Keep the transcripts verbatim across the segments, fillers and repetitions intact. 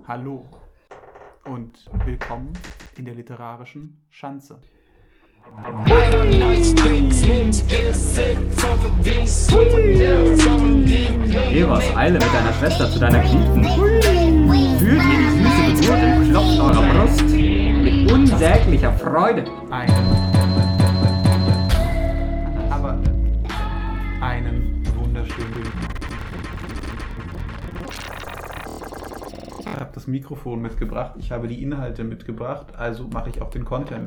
Hallo und willkommen in der literarischen Schanze. Geh was, Eile mit deiner Schwester zu deiner Geliebten. Fühlt ihr die süße Geburt im Klopfen eurer Brust mit unsäglicher Freude. Einen, aber einen wunderschönen. Ich habe das Mikrofon mitgebracht, ich habe die Inhalte mitgebracht, also mache ich auch den Content.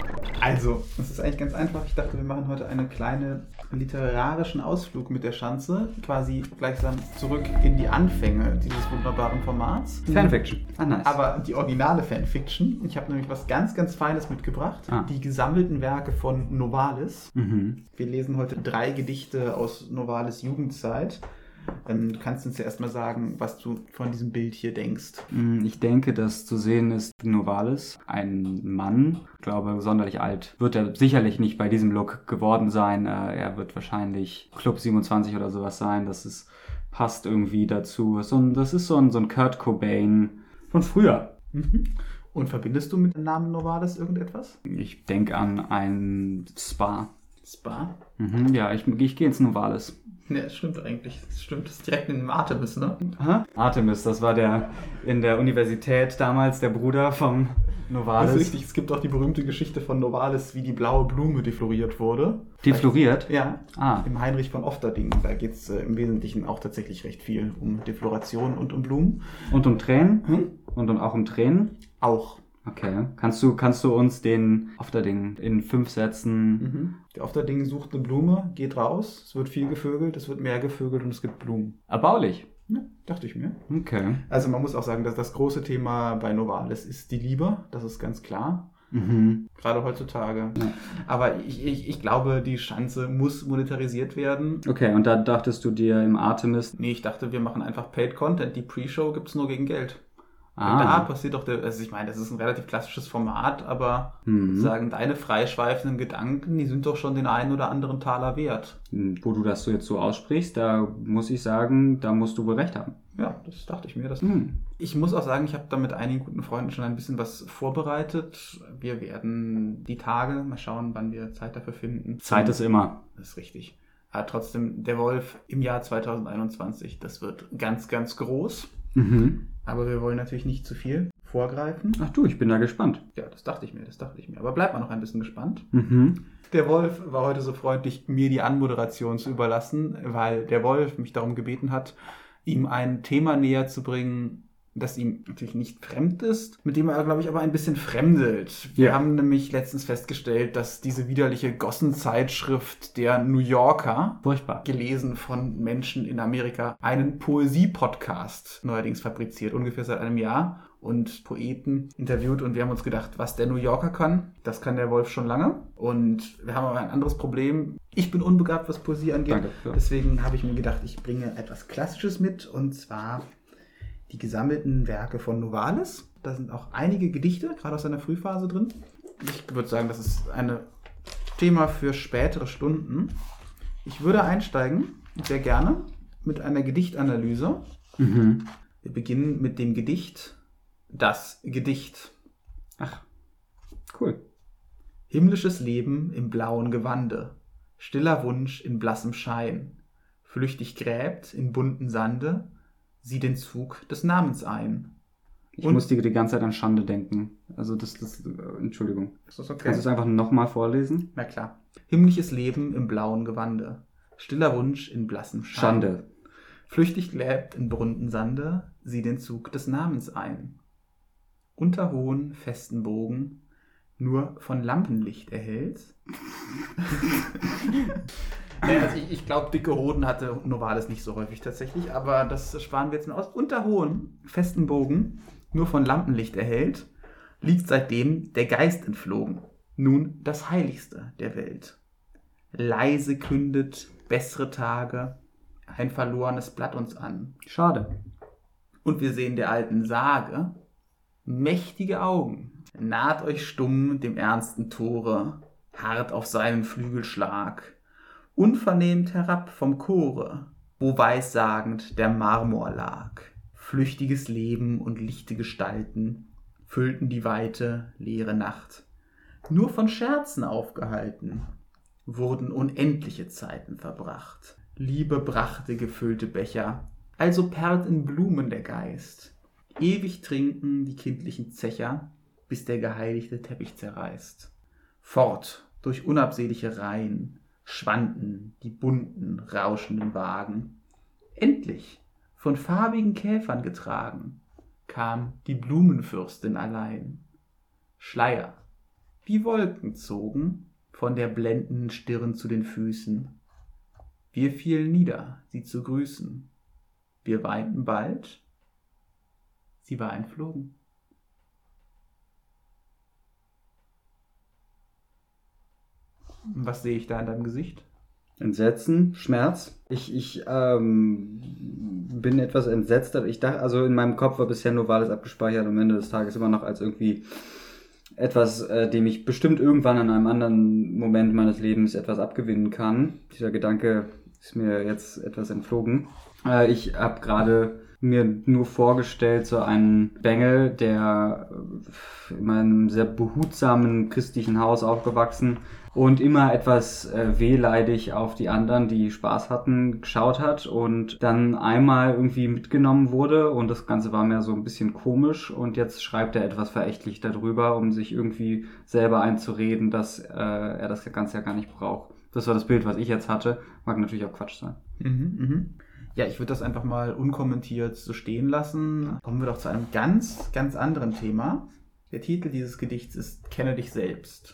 Also, es ist eigentlich ganz einfach. Ich dachte, wir machen heute einen kleinen literarischen Ausflug mit der Schanze, quasi gleichsam zurück in die Anfänge dieses wunderbaren Formats. Fanfiction. Ah, nice. Aber die originale Fanfiction. Ich habe nämlich was ganz, ganz Feines mitgebracht. Ah. Die gesammelten Werke von Novalis. Mhm. Wir lesen heute drei Gedichte aus Novalis Jugendzeit. Ähm, du kannst uns ja erstmal sagen, was du von diesem Bild hier denkst. Ich denke, dass zu sehen ist Novalis, ein Mann. Ich glaube, sonderlich alt wird er sicherlich nicht bei diesem Look geworden sein. Er wird wahrscheinlich Club siebenundzwanzig oder sowas sein. Das ist, passt irgendwie dazu. So ein, das ist so ein, so ein Kurt Cobain von früher. Mhm. Und verbindest du mit dem Namen Novalis irgendetwas? Ich denke an ein Spa. Spa? Mhm, ja, ich, ich gehe ins Novalis. Ja, das stimmt eigentlich. Das stimmt, das ist direkt in dem Artemis, ne? Aha. Artemis, das war der in der Universität damals, der Bruder vom Novalis. Das ist richtig. Es gibt auch die berühmte Geschichte von Novalis, wie die blaue Blume defloriert wurde. Defloriert? Ja. Ah. Im Heinrich von Ofterding. Da geht es äh, im Wesentlichen auch tatsächlich recht viel um Defloration und um Blumen. Und um Tränen? Hm? Und um, auch um Tränen? Auch. Okay. Kannst du, kannst du uns den Ofterding in fünf Sätzen... Mhm. Der Ofterding sucht eine Blume, geht raus, es wird viel gevögelt, es wird mehr gevögelt und es gibt Blumen. Erbaulich. Ja, dachte ich mir. Okay. Also man muss auch sagen, dass das große Thema bei Novalis ist die Liebe, das ist ganz klar. Mhm. Gerade heutzutage. Ja. Aber ich, ich, ich glaube, die Schanze muss monetarisiert werden. Okay, und da dachtest du dir im Artemis... Nee, ich dachte, wir machen einfach Paid Content. Die Pre-Show gibt es nur gegen Geld. Ah. Und da passiert doch der, also ich meine, das ist ein relativ klassisches Format, aber Mhm. sagen, deine freischweifenden Gedanken, die sind doch schon den einen oder anderen Taler wert. Wo du das so jetzt so aussprichst, da muss ich sagen, da musst du wohl recht haben. Ja, das dachte ich mir. Das Mhm. Ich muss auch sagen, ich habe da mit einigen guten Freunden schon ein bisschen was vorbereitet. Wir werden die Tage, mal schauen, wann wir Zeit dafür finden. Zeit ist immer. Das ist richtig. Aber trotzdem, der Wolf im Jahr zwanzig einundzwanzig, das wird ganz, ganz groß. Mhm. Aber wir wollen natürlich nicht zu viel vorgreifen. Ach du, ich bin da gespannt. Ja, das dachte ich mir, das dachte ich mir. Aber bleibt mal noch ein bisschen gespannt. Mhm. Der Wolf war heute so freundlich, mir die Anmoderation zu überlassen, weil der Wolf mich darum gebeten hat, ihm ein Thema näher zu bringen, das ihm natürlich nicht fremd ist, mit dem er, glaube ich, aber ein bisschen fremdelt. Wir Ja. haben nämlich letztens festgestellt, dass diese widerliche Gossenzeitschrift der New Yorker, Furchtbar. gelesen von Menschen in Amerika, einen Poesie-Podcast neuerdings fabriziert, ungefähr seit einem Jahr, und Poeten interviewt, und wir haben uns gedacht, was der New Yorker kann, das kann der Wolf schon lange. Und wir haben aber ein anderes Problem. Ich bin unbegabt, was Poesie angeht. Danke, ja. Deswegen habe ich mir gedacht, ich bringe etwas Klassisches mit, und zwar die gesammelten Werke von Novalis. Da sind auch einige Gedichte, gerade aus seiner Frühphase drin. Ich würde sagen, das ist ein Thema für spätere Stunden. Ich würde einsteigen, sehr gerne, mit einer Gedichtanalyse. Mhm. Wir beginnen mit dem Gedicht Das Gedicht. Ach, cool. Himmlisches Leben im blauen Gewande, stiller Wunsch in blassem Schein, flüchtig gräbt in bunten Sande, sieh den Zug des Namens ein. Ich Und- musste die ganze Zeit an Schande denken. Also das, das, äh, Entschuldigung. Ist das okay? Kannst du es einfach nochmal vorlesen? Na klar. Himmlisches Leben im blauen Gewande, stiller Wunsch in blassem Schein. Schande. Flüchtig gräbt in bunten Sande, sieh den Zug des Namens ein. Unter hohen, festen Bogen, nur von Lampenlicht erhellt. Ja, also ich, ich glaube, dicke Hoden hatte Novalis nicht so häufig tatsächlich, aber das sparen wir jetzt mal aus. Unter hohen, festen Bogen, nur von Lampenlicht erhellt, liegt seitdem der Geist entflogen, nun das Heiligste der Welt. Leise kündet bessere Tage ein verlorenes Blatt uns an. Schade. Und wir sehen der alten Sage mächtige Augen. Naht euch stumm dem ernsten Tore, harrt auf seinen Flügelschlag, unvernehmt herab vom Chore, wo weissagend der Marmor lag. Flüchtiges Leben und lichte Gestalten füllten die weite, leere Nacht. Nur von Scherzen aufgehalten wurden unendliche Zeiten verbracht. Liebe brachte gefüllte Becher, also perlt in Blumen der Geist. Ewig trinken die kindlichen Zecher, bis der geheiligte Teppich zerreißt. Fort durch unabsehliche Reihen schwanden die bunten, rauschenden Wagen. Endlich, von farbigen Käfern getragen, kam die Blumenfürstin allein. Schleier, wie Wolken zogen, von der blendenden Stirn zu den Füßen. Wir fielen nieder, sie zu grüßen. Wir weinten bald, sie war entflogen. Was sehe ich da in deinem Gesicht? Entsetzen, Schmerz. Ich, ich ähm, bin etwas entsetzt, aber ich dachte, also in meinem Kopf war bisher Novalis abgespeichert am Ende des Tages immer noch als irgendwie etwas, äh, dem ich bestimmt irgendwann an einem anderen Moment meines Lebens etwas abgewinnen kann. Dieser Gedanke ist mir jetzt etwas entflogen. Äh, ich habe gerade mir nur vorgestellt, so einen Bengel, der in einem sehr behutsamen christlichen Haus aufgewachsen und immer etwas äh, wehleidig auf die anderen, die Spaß hatten, geschaut hat und dann einmal irgendwie mitgenommen wurde und das Ganze war mir so ein bisschen komisch und jetzt schreibt er etwas verächtlich darüber, um sich irgendwie selber einzureden, dass äh, er das Ganze ja gar nicht braucht. Das war das Bild, was ich jetzt hatte. Mag natürlich auch Quatsch sein. Mhm, mhm. Ja, ich würde das einfach mal unkommentiert so stehen lassen. Kommen wir doch zu einem ganz, ganz anderen Thema. Der Titel dieses Gedichts ist Kenne dich selbst.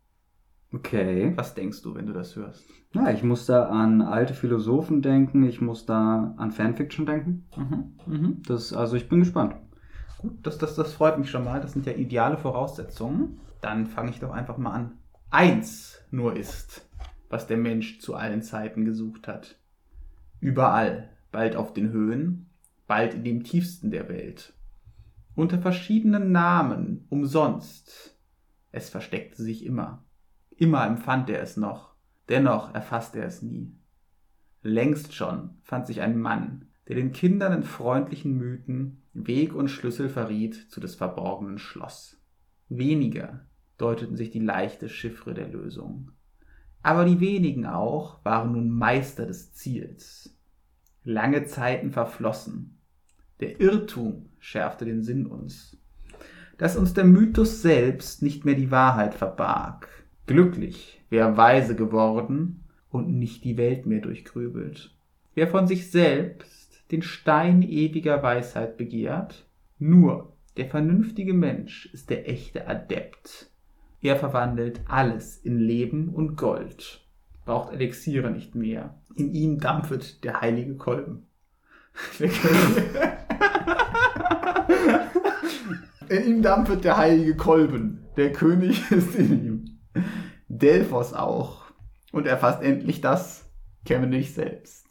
Okay. Was denkst du, wenn du das hörst? Ja, ich muss da an alte Philosophen denken, ich muss da an Fanfiction denken. Mhm, mhm. Das, also ich bin gespannt. Gut, das, das, das freut mich schon mal. Das sind ja ideale Voraussetzungen. Dann fange ich doch einfach mal an. Eins nur ist, was der Mensch zu allen Zeiten gesucht hat. Überall, bald auf den Höhen, bald in dem tiefsten der Welt. Unter verschiedenen Namen, umsonst. Es versteckte sich immer. Immer empfand er es noch, dennoch erfasste er es nie. Längst schon fand sich ein Mann, der den Kindern in freundlichen Mythen Weg und Schlüssel verriet zu des verborgenen Schloss. Weniger deuteten sich die leichte Chiffre der Lösung. Aber die wenigen auch waren nun Meister des Ziels. Lange Zeiten verflossen. Der Irrtum schärfte den Sinn uns, dass uns der Mythos selbst nicht mehr die Wahrheit verbarg. Glücklich, wer weise geworden und nicht die Welt mehr durchgrübelt. Wer von sich selbst den Stein ewiger Weisheit begehrt, nur der vernünftige Mensch ist der echte Adept. Er verwandelt alles in Leben und Gold, braucht Elixiere nicht mehr. In ihm dampfet der heilige Kolben. In ihm dampfet der heilige Kolben. Der König ist in ihm. Delphos auch. Und er fasst endlich das, kenne dich selbst.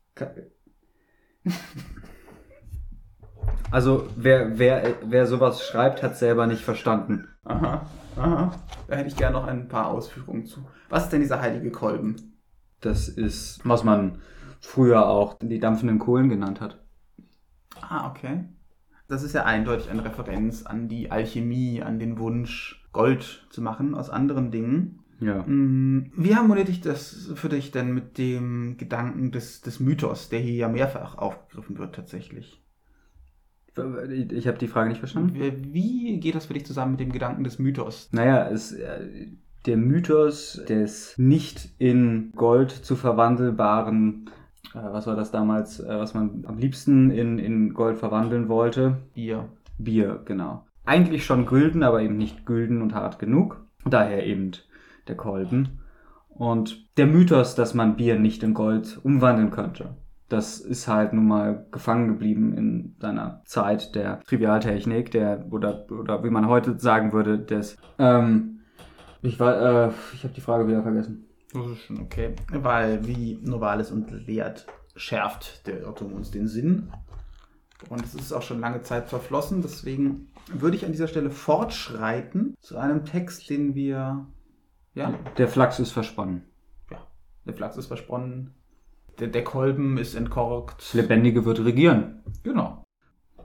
Also wer, wer, wer sowas schreibt, hat selber nicht verstanden. Aha, aha. Da hätte ich gerne noch ein paar Ausführungen zu. Was ist denn dieser heilige Kolben? Das ist, was man früher auch die dampfenden Kohlen genannt hat. Ah, okay. Das ist ja eindeutig eine Referenz an die Alchemie, an den Wunsch, Gold zu machen aus anderen Dingen. Ja. Wie harmoniert dich das für dich denn mit dem Gedanken des, des Mythos, der hier ja mehrfach aufgegriffen wird tatsächlich? Ich habe die Frage nicht verstanden. Wie geht das für dich zusammen mit dem Gedanken des Mythos? Naja, es, der Mythos des nicht in Gold zu verwandelbaren, äh, was war das damals, äh, was man am liebsten in, in Gold verwandeln wollte? Bier. Bier, genau. Eigentlich schon gülden, aber eben nicht gülden und hart genug. Daher eben der Kolben. Und der Mythos, dass man Bier nicht in Gold umwandeln könnte. Das ist halt nun mal gefangen geblieben in seiner Zeit der Trivialtechnik, der, oder, oder wie man heute sagen würde, des, ähm, ich war, äh, ich habe die Frage wieder vergessen. Das ist schon okay. Weil, wie Novalis uns lehrt, schärft der Irrtum uns den Sinn. Und es ist auch schon lange Zeit verflossen, deswegen würde ich an dieser Stelle fortschreiten zu einem Text, den wir, ja. Der Flachs ist versponnen. Ja, der Flachs ist versponnen. Der, der Kolben ist entkorkt. Das Lebendige wird regieren. Genau.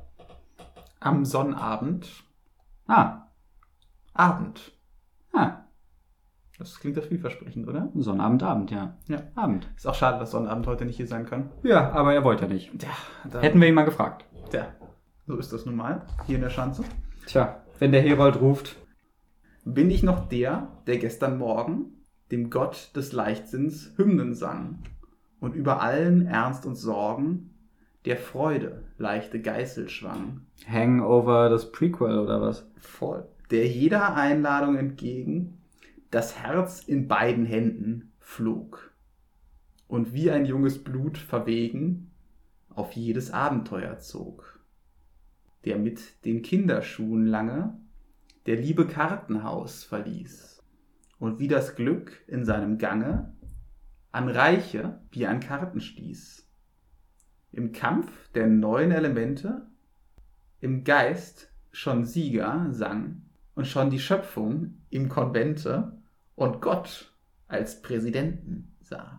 Am Sonnabend. Ah. Abend. Ah. Das klingt doch vielversprechend, oder? Sonnabendabend, ja. Ja. Abend. Ist auch schade, dass Sonnabend heute nicht hier sein kann. Ja, aber er wollte ja nicht. Tja, da, Hätten wir ihn mal gefragt. Tja, so ist das nun mal. Hier in der Schanze. Tja, wenn der Herold ruft. Bin ich noch der, der gestern Morgen dem Gott des Leichtsinns Hymnen sang und über allen Ernst und Sorgen der Freude leichte Geißel schwang? Hangover, das Prequel oder was? Voll. Der jeder Einladung entgegen das Herz in beiden Händen flog und wie ein junges Blut verwegen auf jedes Abenteuer zog. Der mit den Kinderschuhen lange der liebe Kartenhaus verließ und wie das Glück in seinem Gange an Reiche wie an Karten stieß. Im Kampf der neuen Elemente, im Geist schon Sieger sang und schon die Schöpfung im Konvente und Gott als Präsidenten sah.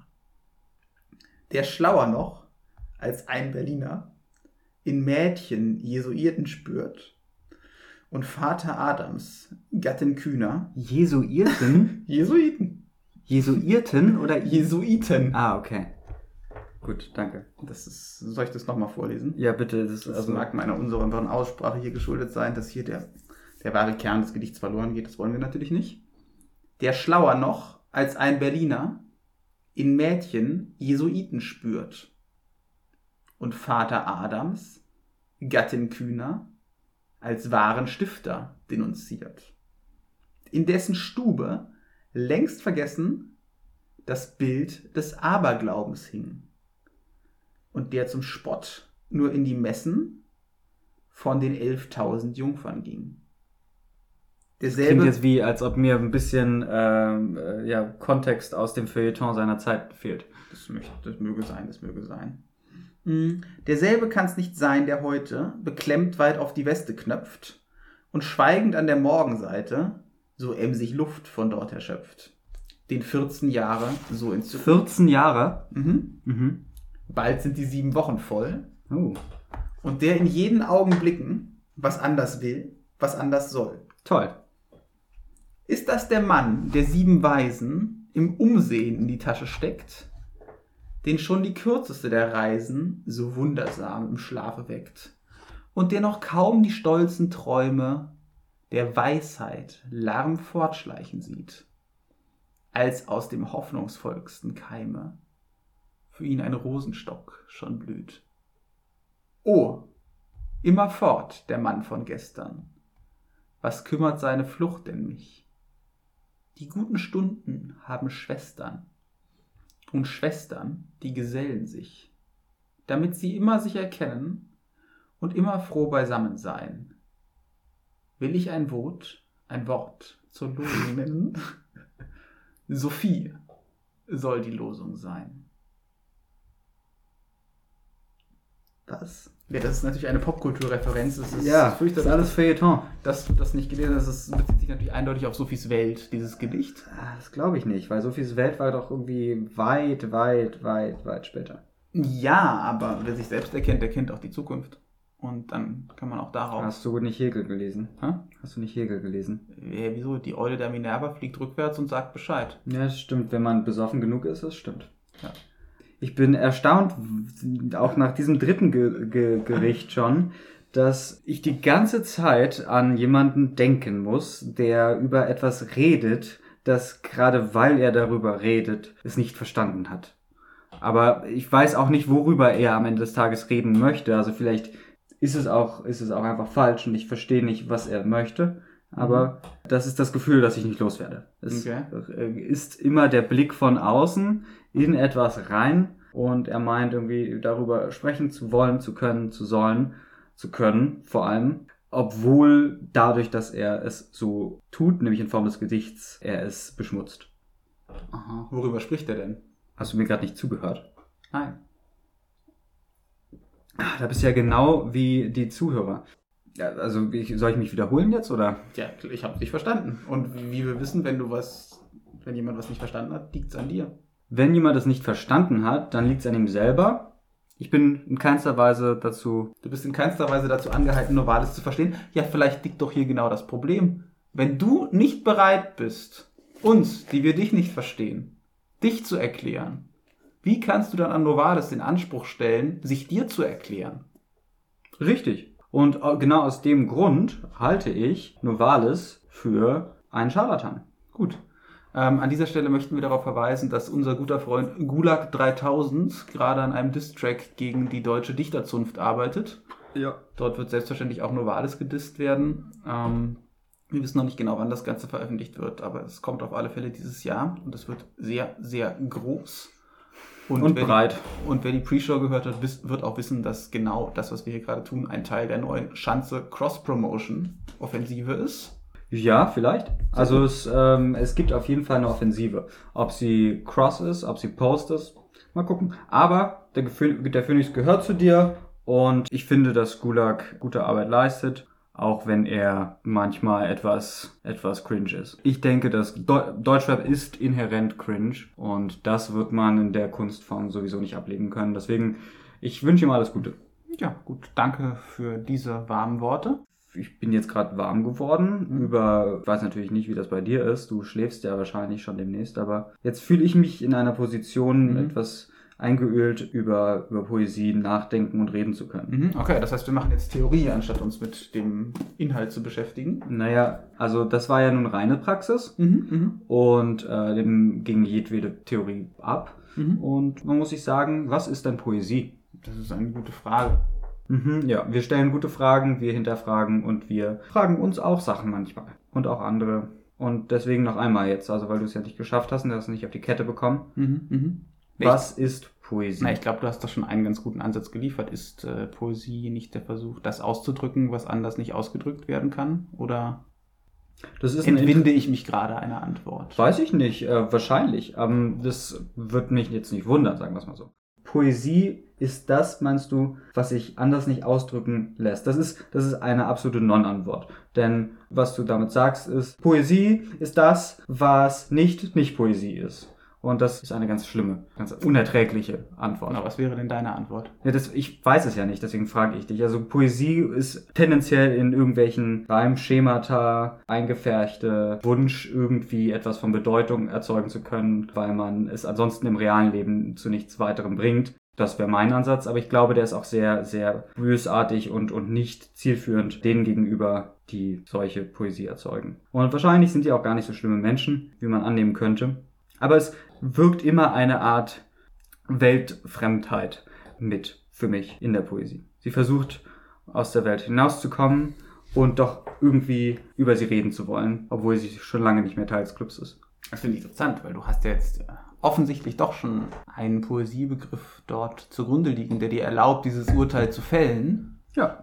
Der schlauer noch als ein Berliner in Mädchen Jesuiten spürt und Vater Adams Gattin kühner. Jesuiten? Jesuiten. Jesuiten oder Jesuiten. Ah, okay. Gut, danke. Das ist, soll ich das nochmal vorlesen? Ja, bitte. Das, Das also, mag meiner unsauberen Aussprache hier geschuldet sein, dass hier der, der wahre Kern des Gedichts verloren geht. Das wollen wir natürlich nicht. Der schlauer noch als ein Berliner in Mädchen Jesuiten spürt und Vater Adams Gattin kühner als wahren Stifter denunziert. In dessen Stube längst vergessen das Bild des Aberglaubens hing und der zum Spott nur in die Messen von den elftausend Jungfern ging. Derselbe, klingt jetzt wie, als ob mir ein bisschen ähm, äh, ja, Kontext aus dem Feuilleton seiner Zeit fehlt. Das, möchte, das möge sein, das möge sein. Mhm. Derselbe kann's nicht sein, der heute beklemmt weit auf die Weste knöpft und schweigend an der Morgenseite so emsig Luft von dort erschöpft. Den vierzehn Jahre so entzückt. vierzehn Jahre? Mhm. Mhm. Bald sind die sieben Wochen voll. Oh. Und der in jeden Augenblicken was anders will, was anders soll. Toll. Ist das der Mann, der sieben Weisen im Umsehen in die Tasche steckt, den schon die kürzeste der Reisen so wundersam im Schlafe weckt und der noch kaum die stolzen Träume der Weisheit Lärm fortschleichen sieht, als aus dem hoffnungsvollsten Keime für ihn ein Rosenstock schon blüht? Oh, immerfort der Mann von gestern, was kümmert seine Flucht denn mich? Die guten Stunden haben Schwestern, und Schwestern, die gesellen sich, damit sie immer sich erkennen und immer froh beisammen sein. Will ich ein Wort, ein Wort zur Losung nennen? Sophie soll die Losung sein. Was? Ja, das ist natürlich eine Popkulturreferenz. Das ist Ja, das fürchterlich, ist alles Feuilleton. dass du das nicht gelesen hast. Das bezieht sich natürlich eindeutig auf Sophies Welt, dieses Gedicht. Ah, das glaube ich nicht, weil Sophies Welt war doch irgendwie weit, weit, weit, weit später. Ja, aber wer sich selbst erkennt, der kennt auch die Zukunft. Und dann kann man auch darauf... Hast du nicht Hegel gelesen? Hä? Hast du nicht Hegel gelesen? Ja, wieso? Die Eule der Minerva fliegt rückwärts und sagt Bescheid. Ja, das stimmt. Wenn man besoffen genug ist, das stimmt. Ja. Ich bin erstaunt, auch nach diesem dritten Ge Ge Gericht schon, dass ich die ganze Zeit an jemanden denken muss, der über etwas redet, das gerade weil er darüber redet, es nicht verstanden hat. Aber ich weiß auch nicht, worüber er am Ende des Tages reden möchte. Also vielleicht ist es auch, ist es auch einfach falsch und ich verstehe nicht, was er möchte. Aber mhm. das ist das Gefühl, das ich nicht loswerde. Es okay. ist immer der Blick von außen in etwas rein und er meint irgendwie darüber sprechen zu wollen, zu können, zu sollen, zu können vor allem. Obwohl dadurch, dass er es so tut, nämlich in Form des Gedichts, er es beschmutzt. Aha. Worüber spricht er denn? Hast du mir gerade nicht zugehört? Nein. Da bist du ja genau wie die Zuhörer. Ja, also ich, soll ich mich wiederholen jetzt, oder? Ja, ich habe dich verstanden. Und wie wir wissen, wenn du was, wenn jemand was nicht verstanden hat, liegt es an dir. Wenn jemand es nicht verstanden hat, dann liegt es an ihm selber. Ich bin in keinster Weise dazu... Du bist in keinster Weise dazu angehalten, Novalis zu verstehen. Ja, vielleicht liegt doch hier genau das Problem. Wenn du nicht bereit bist, uns, die wir dich nicht verstehen, dich zu erklären, wie kannst du dann an Novalis den Anspruch stellen, sich dir zu erklären? Richtig. Und genau aus dem Grund halte ich Novalis für einen Scharlatan. Gut. Ähm, an dieser Stelle möchten wir darauf verweisen, dass unser guter Freund Gulag dreitausend gerade an einem Diss-Track gegen die deutsche Dichterzunft arbeitet. Ja. Dort wird selbstverständlich auch Novalis gedisst werden. Ähm, wir wissen noch nicht genau, wann das Ganze veröffentlicht wird, aber es kommt auf alle Fälle dieses Jahr und es wird sehr, sehr groß. Und, und breit. Die, und wer die Pre-Show gehört hat, wird auch wissen, dass genau das, was wir hier gerade tun, ein Teil der neuen Schanze Cross-Promotion-Offensive ist. Ja, vielleicht. Also es, ähm, es gibt auf jeden Fall eine Offensive. Ob sie Cross ist, ob sie Post ist, mal gucken. Aber der, der Phoenix gehört zu dir und ich finde, dass Gulag gute Arbeit leistet, auch wenn er manchmal etwas, etwas cringe ist. Ich denke, dass Deu- Deutschrap ist inhärent cringe und das wird man in der Kunstform sowieso nicht ablegen können. Deswegen, ich wünsche ihm alles Gute. Ja, gut. Danke für diese warmen Worte. Ich bin jetzt gerade warm geworden mhm. über, ich weiß natürlich nicht, wie das bei dir ist, du schläfst ja wahrscheinlich schon demnächst, aber jetzt fühle ich mich in einer Position, mhm. etwas eingeölt über, über Poesie nachdenken und reden zu können. Mhm. Okay, das heißt, wir machen jetzt Theorie, anstatt uns mit dem Inhalt zu beschäftigen. Naja, also das war ja nun reine Praxis mhm. Mhm. und äh, dem ging jedwede Theorie ab mhm. und man muss sich sagen, was ist denn Poesie? Das ist eine gute Frage. Mhm, ja, wir stellen gute Fragen, wir hinterfragen und wir fragen uns auch Sachen manchmal und auch andere. Und deswegen noch einmal jetzt, also weil du es ja nicht geschafft hast und du hast es nicht auf die Kette bekommen. Mhm, mhm. Was ich, ist Poesie? Na, ich glaube, du hast doch schon einen ganz guten Ansatz geliefert. Ist äh, Poesie nicht der Versuch, das auszudrücken, was anders nicht ausgedrückt werden kann? Oder das ist entwinde ich mich gerade einer Antwort? Weiß ich nicht, äh, wahrscheinlich. Ähm, das wird mich jetzt nicht wundern, sagen wir es mal so. Poesie ist das, meinst du, was sich anders nicht ausdrücken lässt? Das ist, das ist eine absolute Non-Antwort. Denn was du damit sagst ist, Poesie ist das, was nicht Nicht-Poesie ist. Und das ist eine ganz schlimme, ganz unerträgliche Antwort. Na, was wäre denn deine Antwort? Ja, das, ich weiß es ja nicht, deswegen frage ich dich. Also Poesie ist tendenziell in irgendwelchen Reimschemata eingefärchte Wunsch, irgendwie etwas von Bedeutung erzeugen zu können, weil man es ansonsten im realen Leben zu nichts weiterem bringt. Das wäre mein Ansatz, aber ich glaube, der ist auch sehr, sehr bösartig und, und nicht zielführend denen gegenüber, die solche Poesie erzeugen. Und wahrscheinlich sind die auch gar nicht so schlimme Menschen, wie man annehmen könnte. Aber es wirkt immer eine Art Weltfremdheit mit für mich in der Poesie. Sie versucht, aus der Welt hinauszukommen und doch irgendwie über sie reden zu wollen, obwohl sie schon lange nicht mehr Teil des Clubs ist. Das finde ich interessant, weil du hast ja jetzt offensichtlich doch schon einen Poesiebegriff dort zugrunde liegen, der dir erlaubt, dieses Urteil zu fällen. Ja.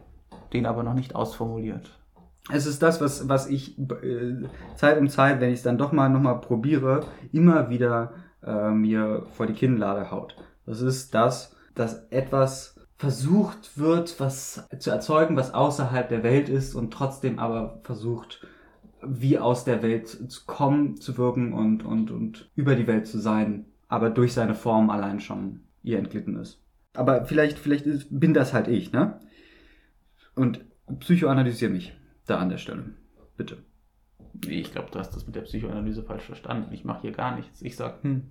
Den aber noch nicht ausformuliert. Es ist das, was, was ich äh, Zeit um Zeit, wenn ich es dann doch mal nochmal probiere, immer wieder äh, mir vor die Kinnlade haut. Das ist das, dass etwas versucht wird, was zu erzeugen, was außerhalb der Welt ist und trotzdem aber versucht, wie aus der Welt zu kommen, zu wirken und, und, und über die Welt zu sein, aber durch seine Form allein schon ihr entglitten ist. Aber vielleicht, vielleicht ist, bin das halt ich, ne? Und psychoanalysiere mich. Da an der Stelle. Bitte. Ich glaube, du hast das mit der Psychoanalyse falsch verstanden. Ich mache hier gar nichts. Ich sag, hm.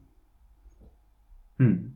Hm.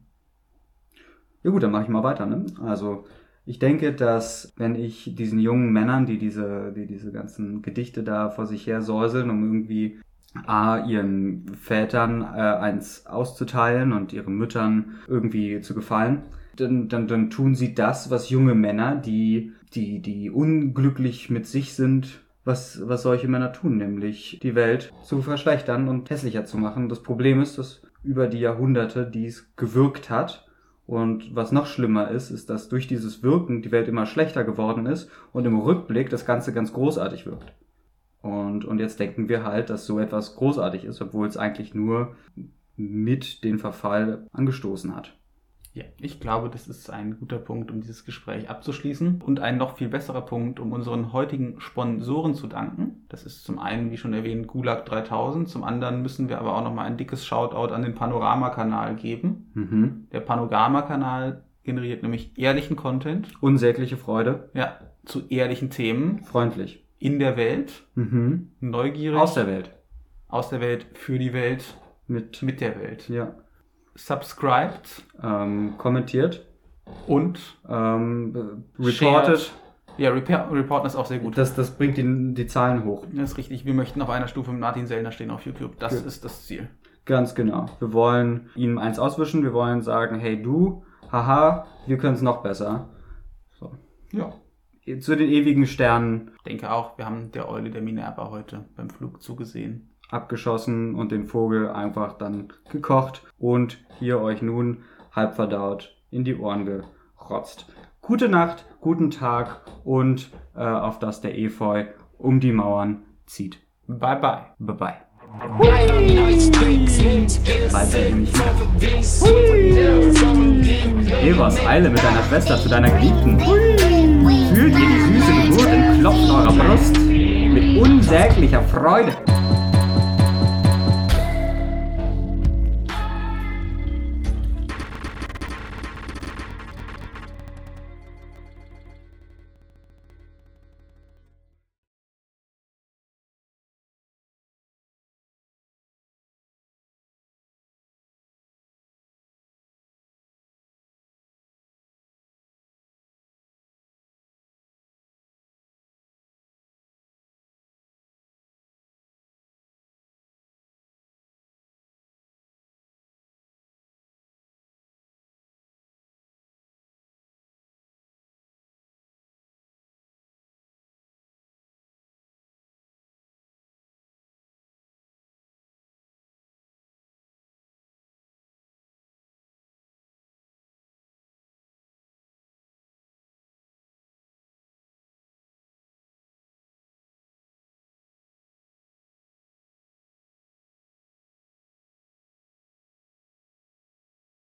Ja gut, dann mache ich mal weiter, ne? Also, ich denke, dass wenn ich diesen jungen Männern, die diese, die diese ganzen Gedichte da vor sich her säuseln, um irgendwie A, ihren Vätern äh, eins auszuteilen und ihren Müttern irgendwie zu gefallen, Dann, dann, dann tun sie das, was junge Männer, die, die, die unglücklich mit sich sind, was, was solche Männer tun, nämlich die Welt zu verschlechtern und hässlicher zu machen. Das Problem ist, dass über die Jahrhunderte dies gewirkt hat. Und was noch schlimmer ist, ist, dass durch dieses Wirken die Welt immer schlechter geworden ist und im Rückblick das Ganze ganz großartig wirkt. Und, und jetzt denken wir halt, dass so etwas großartig ist, obwohl es eigentlich nur mit den Verfall angestoßen hat. Ja, ich glaube, das ist ein guter Punkt, um dieses Gespräch abzuschließen und ein noch viel besserer Punkt, um unseren heutigen Sponsoren zu danken. Das ist zum einen, wie schon erwähnt, Gulag dreitausend, zum anderen müssen wir aber auch nochmal ein dickes Shoutout an den Panorama-Kanal geben. Mhm. Der Panorama-Kanal generiert nämlich ehrlichen Content. Unsägliche Freude. Ja, zu ehrlichen Themen. Freundlich. In der Welt. Mhm. Neugierig. Aus der Welt. Aus der Welt, für die Welt. Mit. Mit der Welt. Ja. Subscribed. Ähm, kommentiert. Und. Ähm, reported. Shared. Ja, Report, Reporten ist auch sehr gut. Das, das bringt die, die Zahlen hoch. Das ist richtig. Wir möchten auf einer Stufe mit Martin Sellner stehen auf YouTube. Das Gut. ist das Ziel. Ganz genau. Wir wollen ihm eins auswischen. Wir wollen sagen, hey du, haha, wir können es noch besser. So. Ja. Zu den ewigen Sternen. Ich denke auch, wir haben der Eule der Minerva heute beim Flug zugesehen. Abgeschossen und den Vogel einfach dann gekocht und hier euch nun halb verdaut in die Ohren gerotzt. Gute Nacht, guten Tag und äh, auf dass der Efeu um die Mauern zieht. Bye bye. Bye bye. Bald seid ihr nicht mehr. Evas, eile mit deiner Schwester zu deiner Geliebten. Fühlt ihr die süße Geburt im Klopfen eurer Brust mit unsäglicher Freude.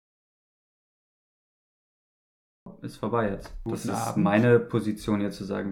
Ist vorbei jetzt. Das Guten ist Abend. meine Position, jetzt zu sagen,